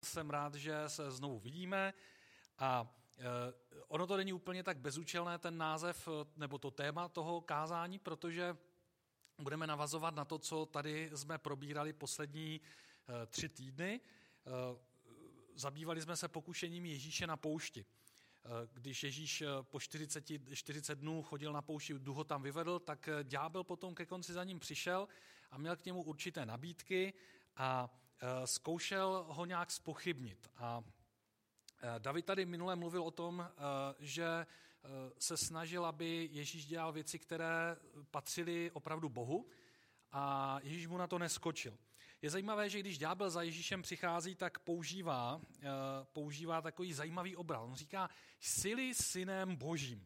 jsem rád, že se znovu vidíme a ono to není úplně tak bezúčelné, ten název nebo to téma toho kázání, protože budeme navazovat na to, co tady jsme probírali poslední 3 týdny. Zabývali jsme se pokušením Ježíše na poušti. Když Ježíš po 40 dnů chodil na poušti, duch ho tam vyvedl, tak ďábel potom ke konci za ním přišel a měl k němu určité nabídky a zkoušel ho nějak zpochybnit. A David tady minule mluvil o tom, že se snažil, aby Ježíš dělal věci, které patřily opravdu Bohu, a Ježíš mu na to neskočil. Je zajímavé, že když ďábel za Ježíšem přichází, tak používá takový zajímavý obraz. On říká, jsi-li synem božím.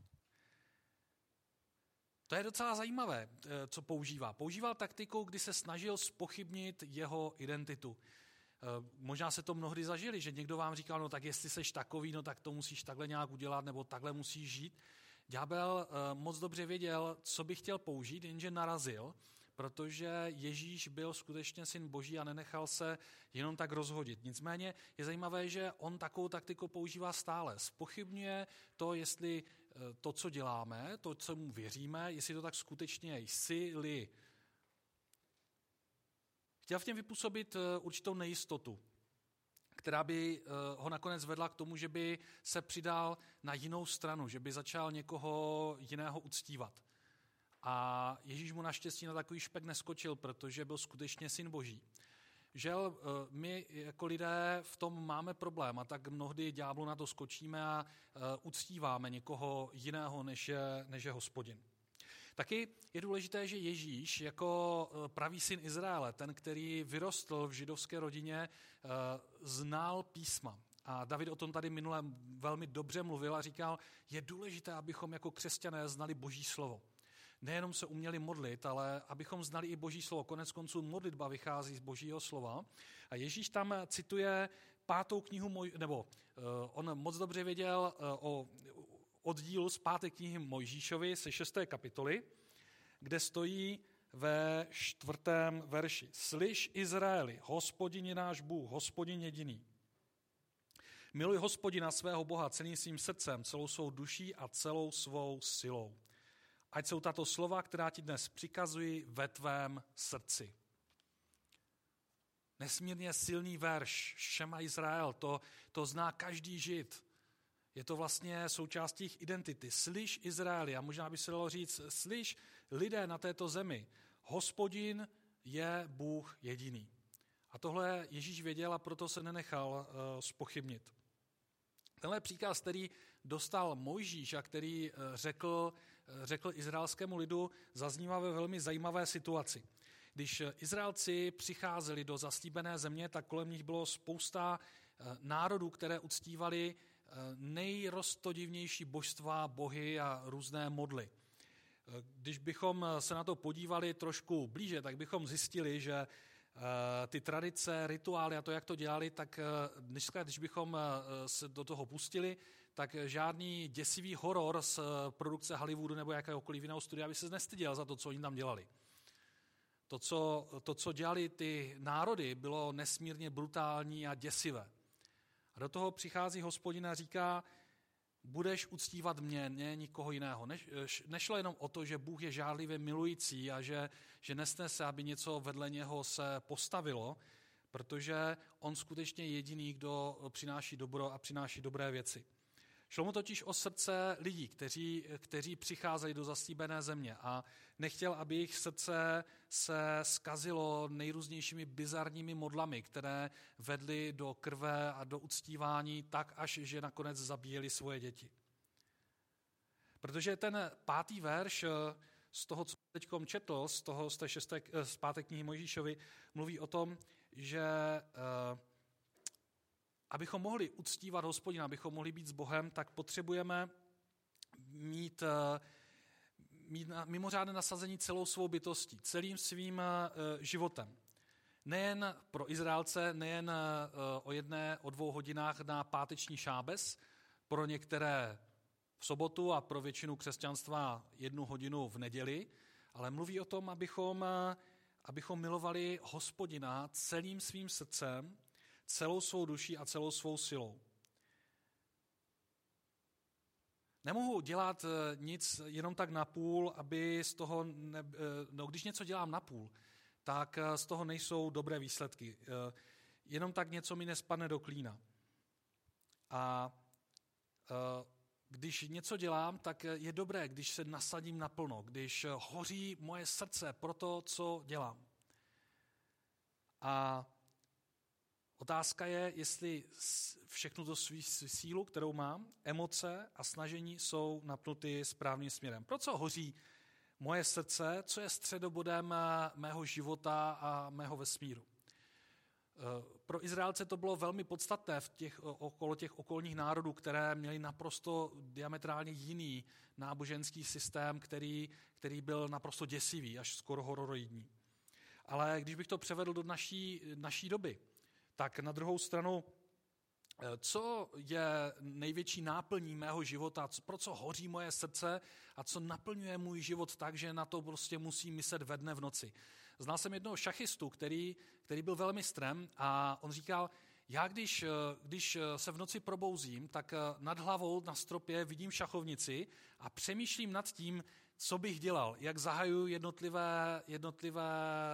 To je docela zajímavé, co používá. Používal taktiku, kdy se snažil zpochybnit jeho identitu. Možná se to mnohdy zažili, že někdo vám říkal, no tak jestli seš takový, no tak to musíš takhle nějak udělat, nebo takhle musíš žít. Ďábel moc dobře věděl, co by chtěl použít, jenže narazil, protože Ježíš byl skutečně syn Boží a nenechal se jenom tak rozhodit. Nicméně je zajímavé, že on takovou taktiku používá stále. Zpochybňuje to, jestli to, co děláme, to, co mu věříme, jestli to tak skutečně jsi-li. Chtěl v něm vypůsobit určitou nejistotu, která by ho nakonec vedla k tomu, že by se přidal na jinou stranu, že by začal někoho jiného uctívat. A Ježíš mu naštěstí na takový špek neskočil, protože byl skutečně syn Boží. Žel, my jako lidé v tom máme problém a tak mnohdy ďáblu na to skočíme a uctíváme někoho jiného, než je Hospodin. Taky je důležité, že Ježíš jako pravý syn Izraele, ten, který vyrostl v židovské rodině, znal písma. A David o tom tady minule velmi dobře mluvil a říkal, je důležité, abychom jako křesťané znali Boží slovo. Nejenom se uměli modlit, ale abychom znali i Boží slovo. Konec konců modlitba vychází z Božího slova. A Ježíš tam cituje 5. knihu, on moc dobře věděl o oddílu z 5. knihy Mojžíšovi se 6. kapitoly, kde stojí ve 4. verši. Slyš, Izraeli, Hospodin je náš Bůh, Hospodin jediný. Miluj Hospodina svého Boha celým svým srdcem, celou svou duší a celou svou silou. Ať jsou tato slova, která ti dnes přikazuji, ve tvém srdci. Nesmírně silný verš, Šema Izrael, to zná každý Žid. Je to vlastně součástí jejich identity. Slyš, Izraeli, a možná by se dalo říct, slyš, lidé na této zemi, Hospodin je Bůh jediný. A tohle Ježíš věděl a proto se nenechal zpochybnit. Tenhle příkaz, který dostal Mojžíš a který řekl izraelskému lidu, zaznívá ve velmi zajímavé situaci. Když Izraelci přicházeli do zaslíbené země, tak kolem nich bylo spousta národů, které uctívali nejroztodivnější božstva, bohy a různé modly. Když bychom se na to podívali trošku blíže, tak bychom zjistili, že ty tradice, rituály a to, jak to dělali, tak dneska, když bychom se do toho pustili, tak žádný děsivý horor z produkce Hollywoodu nebo jakéhokoliv jiného studia by se nestyděl za to, co oni tam dělali. To, co dělali ty národy, bylo nesmírně brutální a děsivé. A do toho přichází Hospodin a říká, budeš uctívat mě, ne nikoho jiného. Nešlo jenom o to, že Bůh je žárlivě milující a že nesnese, aby něco vedle něho se postavilo, protože on skutečně je jediný, kdo přináší dobro a přináší dobré věci. Šlo mu totiž o srdce lidí, kteří přicházeli do zaslíbené země a nechtěl, aby jejich srdce se zkazilo nejrůznějšími bizarními modlami, které vedly do krve a do uctívání tak, až že nakonec zabíjeli svoje děti. Protože ten 5. verš z toho, co teď četl, z 5. knihy Mojžíšovi, mluví o tom, že abychom mohli uctívat Hospodina, abychom mohli být s Bohem, tak potřebujeme mít mimořádné nasazení celou svou bytostí, celým svým životem. Nejen pro Izraelce, nejen o 1-2 hodinách na páteční šábes, pro některé v sobotu a pro většinu křesťanstva 1 hodinu v neděli, ale mluví o tom, abychom milovali Hospodina celým svým srdcem, celou svou duší a celou svou silou. Nemohu dělat nic jenom tak napůl, aby z toho, když něco dělám napůl, tak z toho nejsou dobré výsledky. Jenom tak něco mi nespadne do klína. A když něco dělám, tak je dobré, když se nasadím naplno, když hoří moje srdce pro to, co dělám. A otázka je, jestli všechnu to sílu, kterou mám, emoce a snažení jsou napnuty správným směrem. Pro co hoří moje srdce, co je středobodem mého života a mého vesmíru. Pro Izraelce to bylo velmi podstatné okolo těch okolních národů, které měly naprosto diametrálně jiný náboženský systém, který byl naprosto děsivý, až skoro hororoidní. Ale když bych to převedl do naší doby, tak na druhou stranu, co je největší náplní mého života, pro co hoří moje srdce a co naplňuje můj život tak, že na to prostě musím myslet ve dne v noci. Znal jsem jednoho šachistu, který byl velmi mistrem a on říkal, já když se v noci probouzím, tak nad hlavou na stropě vidím šachovnici a přemýšlím nad tím, co bych dělal, jak zahajuji jednotlivé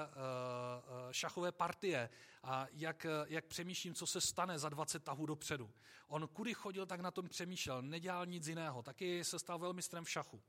šachové partie a jak přemýšlím, co se stane za 20 tahů dopředu. On kudy chodil, tak na tom přemýšlel, nedělal nic jiného, taky se stal velmi mistrem v šachu.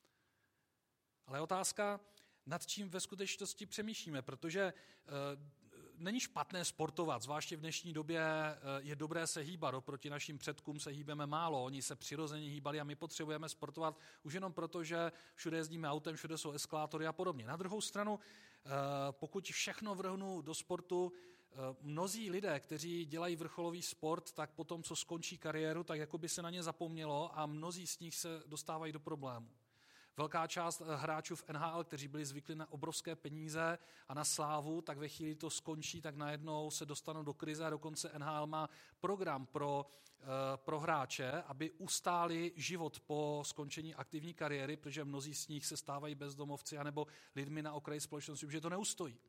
Ale otázka, nad čím ve skutečnosti přemýšlíme, protože není špatné sportovat, zvláště v dnešní době je dobré se hýbat, oproti našim předkům se hýbeme málo, oni se přirozeně hýbali a my potřebujeme sportovat už jenom proto, že všude jezdíme autem, všude jsou eskalátory a podobně. Na druhou stranu, pokud všechno vrhnu do sportu, mnozí lidé, kteří dělají vrcholový sport, tak potom, co skončí kariéru, tak jako by se na ně zapomnělo a mnozí z nich se dostávají do problému. Velká část hráčů v NHL, kteří byli zvyklí na obrovské peníze a na slávu, tak ve chvíli to skončí, tak najednou se dostanou do krize a dokonce NHL má program pro hráče, aby ustáli život po skončení aktivní kariéry, protože mnozí z nich se stávají bezdomovci anebo lidmi na okraji společnosti, protože to neustojí.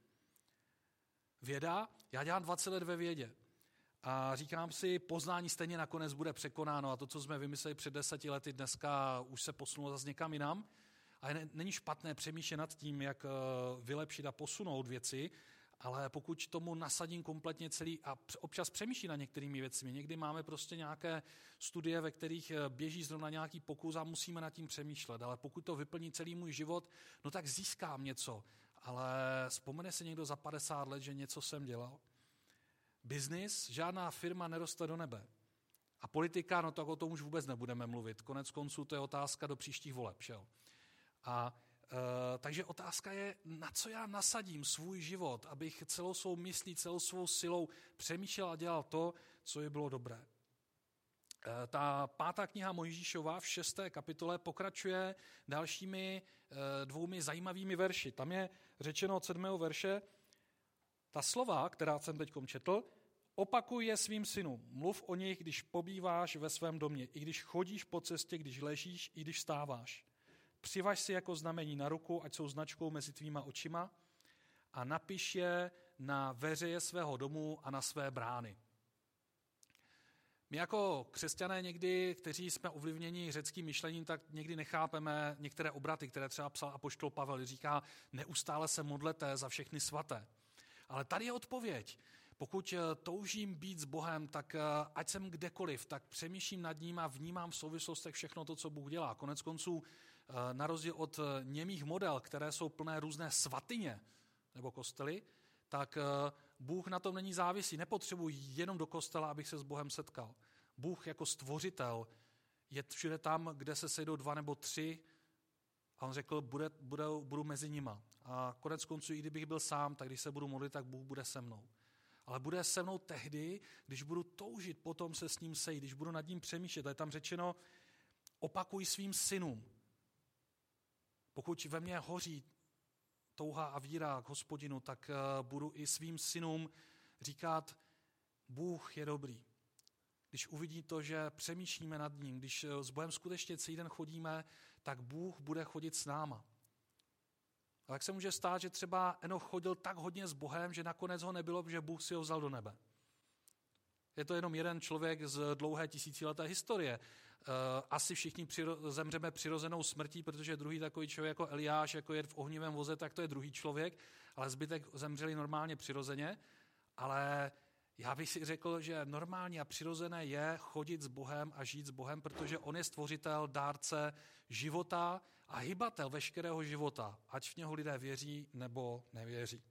Věda, já dělám 20 let ve vědě. A říkám si, poznání stejně nakonec bude překonáno a to, co jsme vymysleli před 10 lety, dneska už se posunulo zase někam jinam. A není špatné přemýšlet nad tím, jak vylepšit a posunout věci, ale pokud tomu nasadím kompletně celý a občas přemýšlím nad některými věcmi, někdy máme prostě nějaké studie, ve kterých běží zrovna nějaký pokus a musíme nad tím přemýšlet, ale pokud to vyplní celý můj život, no tak získám něco, ale vzpomene se někdo za 50 let, že něco jsem dělal? Biznis, žádná firma neroste do nebe. A politika, no tak o tom už vůbec nebudeme mluvit. Konec konců to je otázka do příštích voleb. Šel. Takže otázka je, na co já nasadím svůj život, abych celou svou myslí, celou svou silou přemýšlel a dělal to, co je bylo dobré. Ta 5. kniha Mojžíšova v 6. kapitole pokračuje dalšími 2 zajímavými verši. Tam je řečeno od 7. verše, ta slova, která jsem teď četl, opakuj je svým synům. Mluv o nich, když pobýváš ve svém domě, i když chodíš po cestě, když ležíš, i když vstáváš. Přivaž si jako znamení na ruku, ať jsou značkou mezi tvýma očima a napiš je na veřeje svého domu a na své brány. My jako křesťané někdy, kteří jsme ovlivněni řeckým myšlením, tak někdy nechápeme některé obraty, které třeba psal apoštol Pavel. Říká, neustále se modlete za všechny svaté. Ale tady je odpověď. Pokud toužím být s Bohem, tak ať jsem kdekoliv, tak přemýšlím nad ním a vnímám v souvislostech všechno to, co Bůh dělá. Konec konců, na rozdíl od němých model, které jsou plné různé svatyně nebo kostely, tak Bůh na tom není závislý. Nepotřebuji jenom do kostela, abych se s Bohem setkal. Bůh jako stvořitel je všude tam, kde se sejdou 2 nebo 3 a on řekl, budu mezi nima. A konec konců, i kdybych byl sám, tak když se budu modlit, tak Bůh bude se mnou. Ale bude se mnou tehdy, když budu toužit potom se s ním sejít, když budu nad ním přemýšlet. A je tam řečeno, opakuj svým synům. Pokud ve mně hoří touha a víra k Hospodinu, tak budu i svým synům říkat, Bůh je dobrý. Když uvidí to, že přemýšlíme nad ním, když s Bohem skutečně celý den chodíme, tak Bůh bude chodit s náma. A tak se může stát, že třeba Enoch chodil tak hodně s Bohem, že nakonec ho nebylo, že Bůh si ho vzal do nebe. Je to jenom jeden člověk z dlouhé tisícileté historie. Asi všichni zemřeme přirozenou smrtí, protože druhý takový člověk jako Eliáš, jako je v ohnivém voze, tak to je druhý člověk, ale zbytek zemřeli normálně přirozeně. Ale já bych si řekl, že normální a přirozené je chodit s Bohem a žít s Bohem, protože on je stvořitel, dárce života a hybatel veškerého života, ať v něho lidé věří nebo nevěří.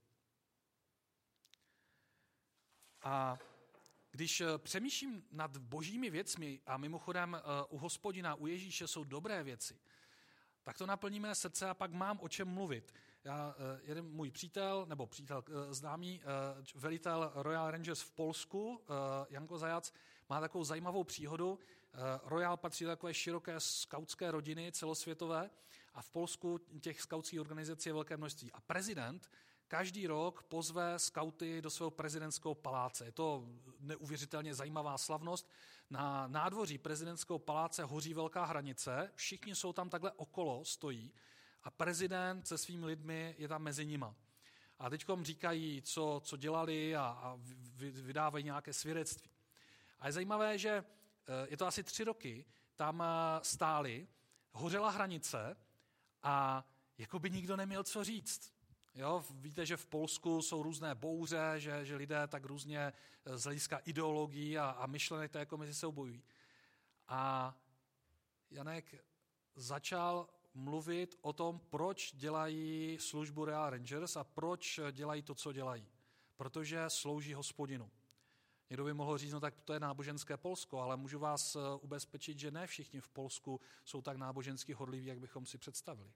A když přemýšlím nad božími věcmi, a mimochodem u Hospodina, u Ježíše jsou dobré věci, tak to naplní mé srdce a pak mám o čem mluvit. Jeden můj přítel známý, velitel Royal Rangers v Polsku, Janko Zajac, má takovou zajímavou příhodu. Royal patří do takové široké skautské rodiny celosvětové a v Polsku těch skautských organizací je velké množství. A prezident každý rok pozve skauty do svého prezidentského paláce. Je to neuvěřitelně zajímavá slavnost. Na nádvoří prezidentského paláce hoří velká hranice, všichni jsou tam takhle okolo, stojí a prezident se svými lidmi je tam mezi nima. A teďkom říkají, co dělali a vydávají nějaké svědectví. A je zajímavé, že je to asi 3 roky, tam stáli, hořela hranice a jako by nikdo neměl co říct. Jo, víte, že v Polsku jsou různé bouře, že lidé tak různě z hlediska ideologií a myšlenek té mezi sebou bojují. A Janek začal mluvit o tom, proč dělají službu Royal Rangers a proč dělají to, co dělají. Protože slouží Hospodinu. Někdo by mohl říct, no tak to je náboženské Polsko, ale můžu vás ubezpečit, že ne všichni v Polsku jsou tak nábožensky horliví, jak bychom si představili.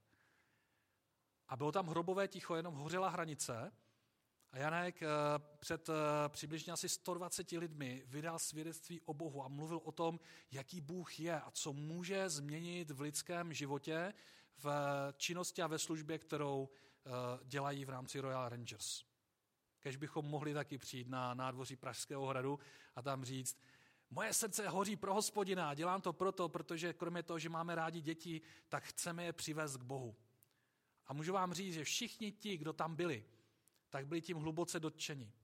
A bylo tam hrobové ticho, jenom hořela hranice a Janek před přibližně asi 120 lidmi vydal svědectví o Bohu a mluvil o tom, jaký Bůh je a co může změnit v lidském životě, v činnosti a ve službě, kterou dělají v rámci Royal Rangers. Kež bychom mohli taky přijít na nádvoří Pražského hradu a tam říct, moje srdce hoří pro Hospodina, dělám to proto, protože kromě toho, že máme rádi děti, tak chceme je přivést k Bohu. A můžu vám říct, že všichni ti, kdo tam byli, tak byli tím hluboce dotčeni.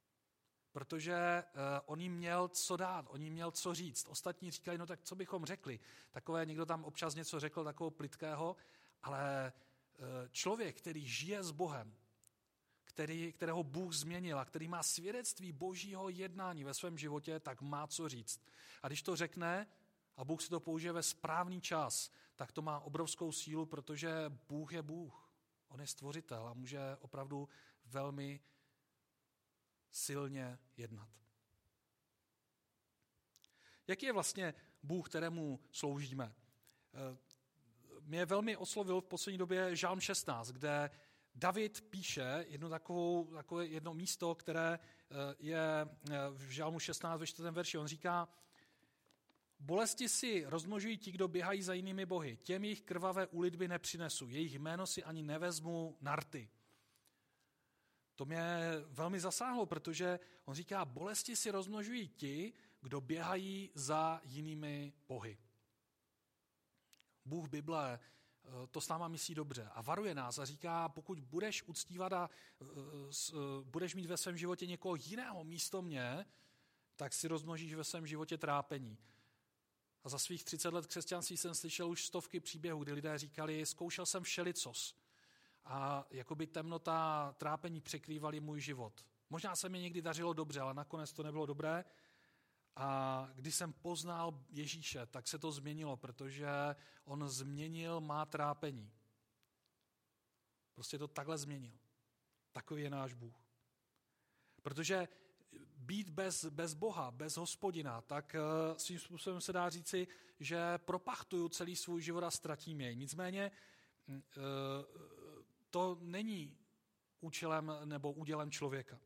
Protože on jim měl co dát, on jim měl co říct. Ostatní říkali, no tak co bychom řekli. Takové, někdo tam občas něco řekl, takového plytkého, ale člověk, který žije s Bohem, kterého Bůh změnil a který má svědectví božího jednání ve svém životě, tak má co říct. A když to řekne a Bůh si to použije ve správný čas, tak to má obrovskou sílu, protože Bůh je Bůh. On je stvořitel a může opravdu velmi silně jednat. Jaký je vlastně Bůh, kterému sloužíme? Mě velmi oslovil v poslední době Žalm 16, kde David píše jedno místo, které je v Žalmu 16 ve 4. verši. On říká, bolesti si rozmnožují ti, kdo běhají za jinými bohy. Těm jejich krvavé úlitby nepřinesu. Jejich jméno si ani nevezmu na rty. To mě velmi zasáhlo, protože on říká, bolesti si rozmnožují ti, kdo běhají za jinými bohy. Bůh Bible to s náma myslí dobře a varuje nás a říká, pokud budeš uctívat a budeš mít ve svém životě někoho jiného místo mě, tak si rozmnožíš ve svém životě trápení. A za svých 30 let křesťanství jsem slyšel už stovky příběhů, kdy lidé říkali, zkoušel jsem všelicos a jakoby temnota, trápení překrývaly můj život. Možná se mi někdy dařilo dobře, ale nakonec to nebylo dobré. A když jsem poznal Ježíše, tak se to změnilo, protože on změnil má trápení. Prostě to takhle změnil. Takový je náš Bůh. Protože být bez Boha, bez Hospodina, tak svým způsobem se dá říci, že propachtuju celý svůj život a ztratím jej. Nicméně to není účelem nebo údělem člověka.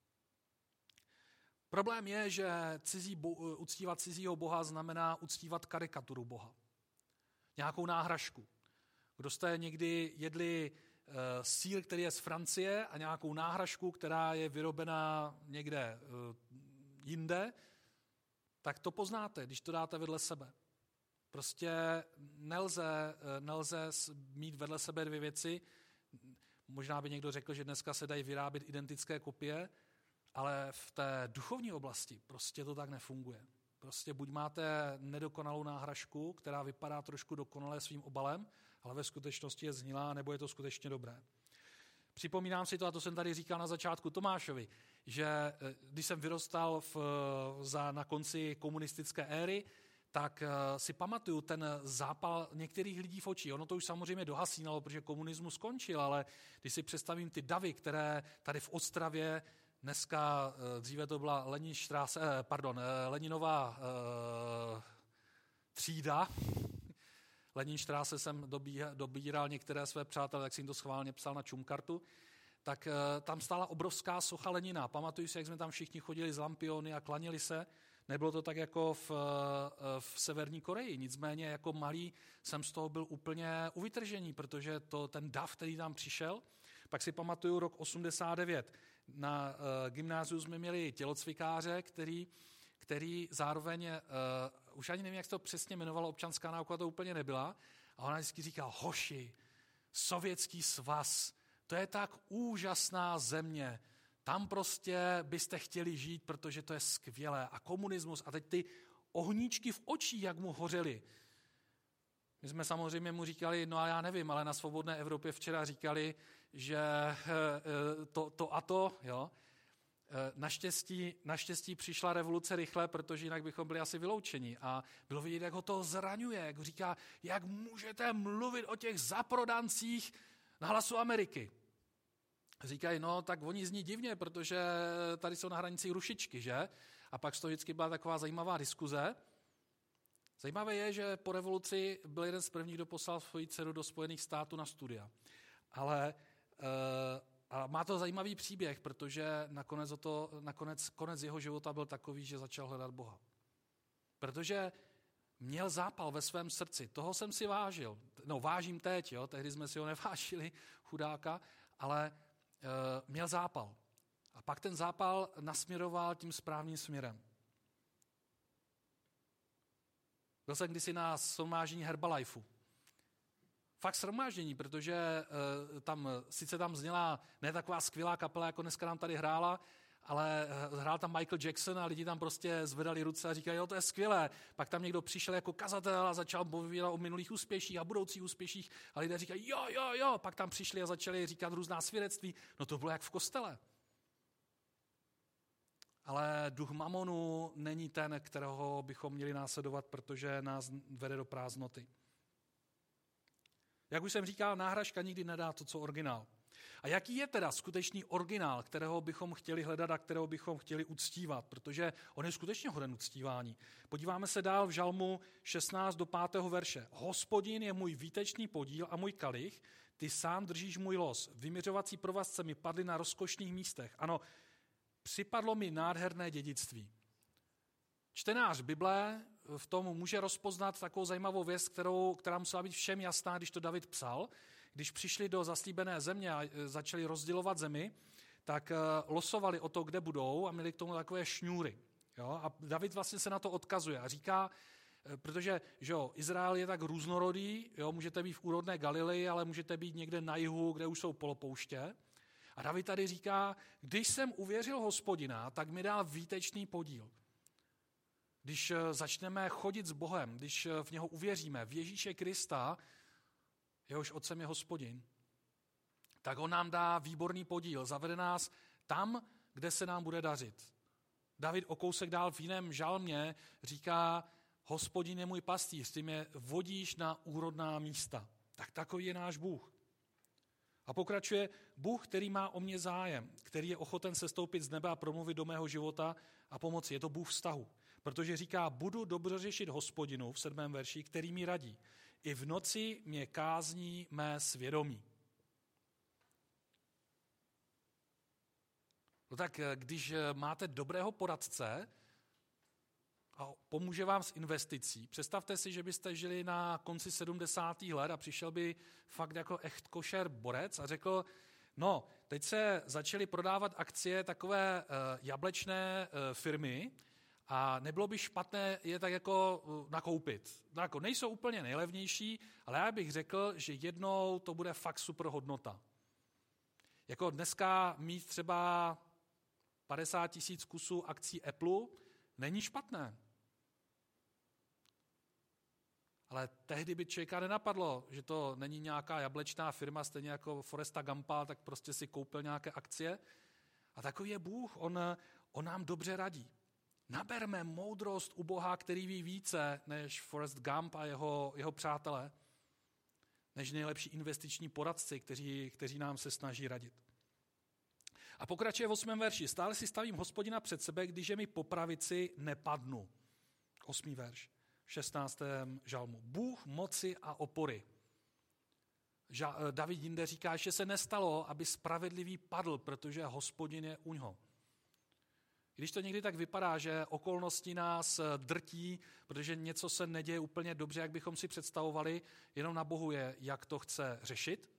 Problém je, že uctívat cizího boha znamená uctívat karikaturu boha. Nějakou náhražku. Kdo jste někdy jedli sýr, který je z Francie a nějakou náhražku, která je vyrobená někde jinde, tak to poznáte, když to dáte vedle sebe. Prostě nelze mít vedle sebe dvě věci. Možná by někdo řekl, že dneska se dají vyrábět identické kopie, Ale v té duchovní oblasti prostě to tak nefunguje. Prostě buď máte nedokonalou náhražku, která vypadá trošku dokonale svým obalem, ale ve skutečnosti je zhnilá, nebo je to skutečně dobré. Připomínám si to, a to jsem tady říkal na začátku Tomášovi, že když jsem vyrostal na konci komunistické éry, tak si pamatuju ten zápal některých lidí v očích. Ono to už samozřejmě dohasínalo, protože komunismus skončil, ale když si představím ty davy, které tady v Ostravě dneska, dříve to byla Leninová třída. Leninštráse jsem dobíral některé své přátelé, tak jsem jim to schválně psal na čumkartu. Tak tam stála obrovská socha Lenina. Pamatuju si, jak jsme tam všichni chodili z lampiony a klanili se. Nebylo to tak jako v Severní Koreji. Nicméně jako malý jsem z toho byl úplně uvytržený, protože ten dav, který tam přišel, pak si pamatuju rok 89. Na gymnáziu jsme měli tělocvikáře, který zároveň, už ani nevím, jak se to přesně jmenovalo, občanská náuka to úplně nebyla, a ona vždycky říkal, hoši, Sovětský svaz, to je tak úžasná země, tam prostě byste chtěli žít, protože to je skvělé. A komunismus, a teď ty ohníčky v očích, jak mu hořely. My jsme samozřejmě mu říkali, no a já nevím, ale na Svobodné Evropě včera říkali, že to a to, jo. Naštěstí přišla revoluce rychle, protože jinak bychom byli asi vyloučeni. A bylo vidět, jak ho to zraňuje, jak říká, jak můžete mluvit o těch zaprodancích na Hlasu Ameriky. Říkají, no tak oni zní divně, protože tady jsou na hranici rušičky, že? A pak z toho vždycky byla taková zajímavá diskuze. Zajímavé je, že po revoluci byl jeden z prvních, kdo poslal svoji dceru do Spojených států na studia. Ale a má to zajímavý příběh, protože konec jeho života byl takový, že začal hledat Boha. Protože měl zápal ve svém srdci. Toho jsem si vážil. No, vážím teď, jo? Tehdy jsme si ho nevážili, chudáka, ale měl zápal. A pak ten zápal nasměroval tím správným směrem. Byl jsem kdysi na shromáždění Herbalifeu. Fakt shromáždění, protože sice tam zněla ne taková skvělá kapela, jako dneska nám tady hrála, ale hrál tam Michael Jackson a lidi tam prostě zvedali ruce a říkali, jo, to je skvělé. Pak tam někdo přišel jako kazatel a začal povídat o minulých úspěších a budoucích úspěších a lidé říkají, jo. Pak tam přišli a začali říkat různá svědectví. No to bylo jak v kostele. Ale duch mamonu není ten, kterého bychom měli následovat, protože nás vede do prázdnoty. Jak už jsem říkal, náhražka nikdy nedá to, co originál. A jaký je teda skutečný originál, kterého bychom chtěli hledat a kterého bychom chtěli uctívat? Protože on je skutečně hoden uctívání. Podíváme se dál v Žalmu 16 do 5. verše. Hospodin je můj výtečný podíl a můj kalich, ty sám držíš můj los. Vyměřovací provazce mi padly na rozkošných místech. Ano, připadlo mi nádherné dědictví. Čtenář Bible v tom může rozpoznat takovou zajímavou věc, která musela být všem jasná, když to David psal. Když přišli do zaslíbené země a začali rozdělovat zemi, tak losovali o to, kde budou a měli k tomu takové šňůry. Jo? A David vlastně se na to odkazuje a říká, protože že jo, Izrael je tak různorodý, jo, můžete být v úrodné Galileji, ale můžete být někde na jihu, kde už jsou polopouště. A David tady říká, když jsem uvěřil Hospodina, tak mi dal výtečný podíl. Když začneme chodit s Bohem, když v něho uvěříme, v Ježíše Krista, jehož otcem je Hospodin, tak on nám dá výborný podíl, zavede nás tam, kde se nám bude dařit. David o kousek dál v jiném žalmě říká, Hospodin je můj pastýř, ty mě vodíš na úrodná místa. Tak takový je náš Bůh. A pokračuje, Bůh, který má o mě zájem, který je ochoten sestoupit z nebe a promluvit do mého života a pomoci. Je to Bůh vztahu. Protože říká, budu dobře řešit Hospodinu v 7. verši, který mi radí. I v noci mě kázní mé svědomí. No tak když máte dobrého poradce a pomůže vám s investicí, představte si, že byste žili na konci 70. let a přišel by fakt jako echt košer borec a řekl, no, teď se začaly prodávat akcie takové jablečné firmy, a nebylo by špatné je tak jako nakoupit. No jako nejsou úplně nejlevnější, ale já bych řekl, že jednou to bude fakt super hodnota. Jako dneska mít třeba 50 000 kusů akcí Apple není špatné. Ale tehdy by člověka nenapadlo, že to není nějaká jablečná firma, stejně jako Foresta Gumpa, tak prostě si koupil nějaké akcie. A takový je Bůh, on nám dobře radí. Naberme moudrost u Boha, který ví více než Forrest Gump a jeho přátelé, než nejlepší investiční poradci, kteří nám se snaží radit. A pokračuje v 8. verši. Stále si stavím Hospodina před sebe, když je mi po pravici, nepadnu. 8. verš. V 16. žalmu. Bůh moci a opory. David jinde říká, že se nestalo, aby spravedlivý padl, protože Hospodin je u něho. Když to někdy tak vypadá, že okolnosti nás drtí, protože něco se neděje úplně dobře, jak bychom si představovali, jenom na Bohu je, jak to chce řešit.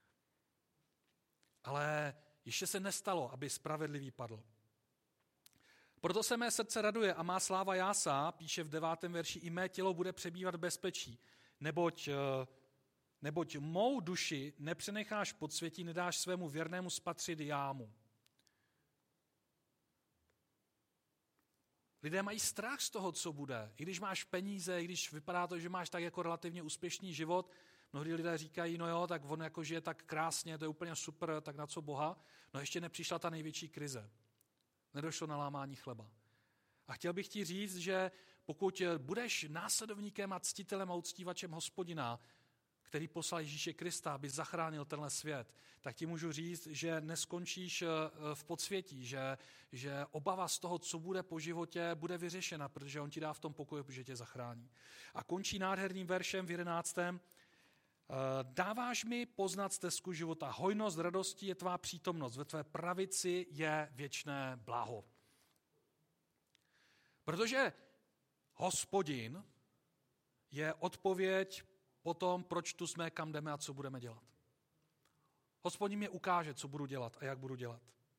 Ale ještě se nestalo, aby spravedlivý padl. Proto se mé srdce raduje a má sláva jásá, píše v 9. verši, i mé tělo bude přebývat v bezpečí, neboť mou duši nepřenecháš podsvětí, nedáš svému věrnému spatřit jámu. Lidé mají strach z toho, co bude. I když máš peníze, i když vypadá to, že máš tak jako relativně úspěšný život, mnohdy lidé říkají, no jo, tak on jako žije tak krásně, to je úplně super, tak na co Boha? No ještě nepřišla ta největší krize. Nedošlo na lámání chleba. A chtěl bych ti říct, že pokud budeš následovníkem a ctitelem a uctívačem Hospodina, který poslal Ježíše Krista, aby zachránil tenhle svět, tak ti můžu říct, že neskončíš v podsvětí, že obava z toho, co bude po životě, bude vyřešena, protože on ti dá v tom pokoj, protože tě zachrání. A končí nádherným veršem v 11. Dáváš mi poznat stezku života. Hojnost radosti je tvá přítomnost. Ve tvé pravici je věčné blaho. Protože Hospodin je odpověď po tom, proč tu jsme, kam jdeme a co budeme dělat. Hospodin mě ukáže, co budu dělat a jak budu dělat.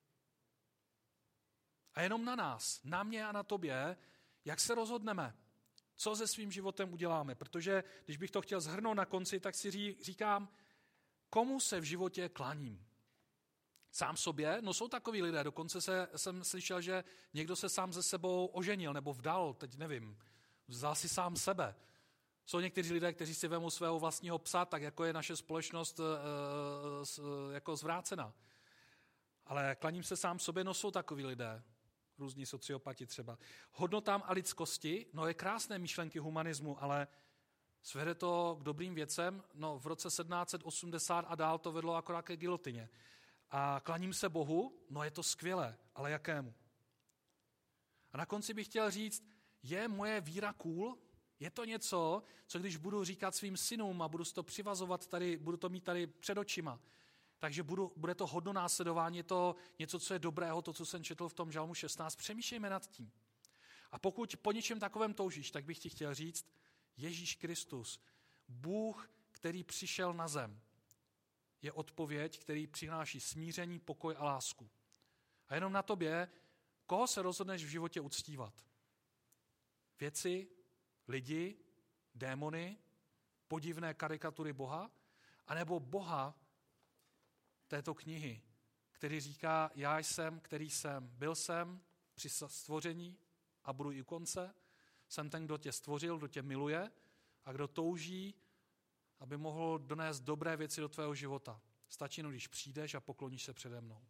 A jenom na nás, na mě a na tobě, jak se rozhodneme, co se svým životem uděláme. Protože když bych to chtěl shrnout na konci, tak si říkám, komu se v životě klaním. Sám sobě? No jsou takový lidé. Dokonce jsem slyšel, že někdo se sám ze sebou oženil nebo vdal, teď nevím, vzal si sám sebe. Jsou někteří lidé, kteří si vemou svého vlastního psa, tak jako je naše společnost jako zvrácena. Ale klaním se sám sobě, no jsou takoví lidé. Různí sociopati třeba. Hodnotám a lidskosti, no je krásné myšlenky humanismu, ale svede to k dobrým věcem, no v roce 1780 a dál to vedlo akorát ke gilotině. A klaním se Bohu, no je to skvělé, ale jakému? A na konci bych chtěl říct, je moje víra cool? Je to něco, co když budu říkat svým synům a budu si to přivazovat tady, budu to mít tady před očima, takže bude to hodno následování, je to něco, co je dobrého, to, co jsem četl v tom žalmu 16. Přemýšlejme nad tím. A pokud po něčem takovém toužíš, tak bych ti chtěl říct, Ježíš Kristus, Bůh, který přišel na zem, je odpověď, který přináší smíření, pokoj a lásku. A jenom na tobě, koho se rozhodneš v životě uctívat? Věci, lidi, démony, podivné karikatury Boha, anebo Boha této knihy, který říká, já jsem, který jsem, byl jsem při stvoření a budu i u konce, jsem ten, kdo tě stvořil, kdo tě miluje a kdo touží, aby mohl donést dobré věci do tvého života. Stačí jenom, když přijdeš a pokloníš se přede mnou.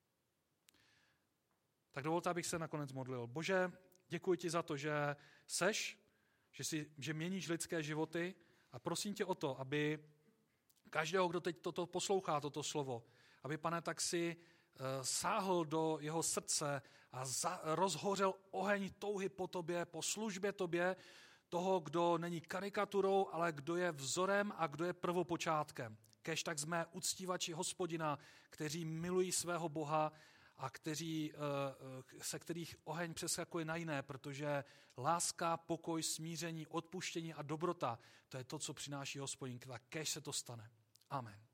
Tak dovolte, abych se nakonec modlil. Bože, děkuji ti za to, že seš, že měníš lidské životy a prosím tě o to, aby každého, kdo teď toto poslouchá, toto slovo, aby, Pane, tak si sáhl do jeho srdce a rozhořel oheň touhy po tobě, po službě tobě, toho, kdo není karikaturou, ale kdo je vzorem a kdo je prvopočátkem. Kéž tak jsme uctívači Hospodina, kteří milují svého Boha a se kterých oheň přeskakuje na jiné, protože láska, pokoj, smíření, odpuštění a dobrota, to je to, co přináší Hospodin. Tak kéž se to stane. Amen.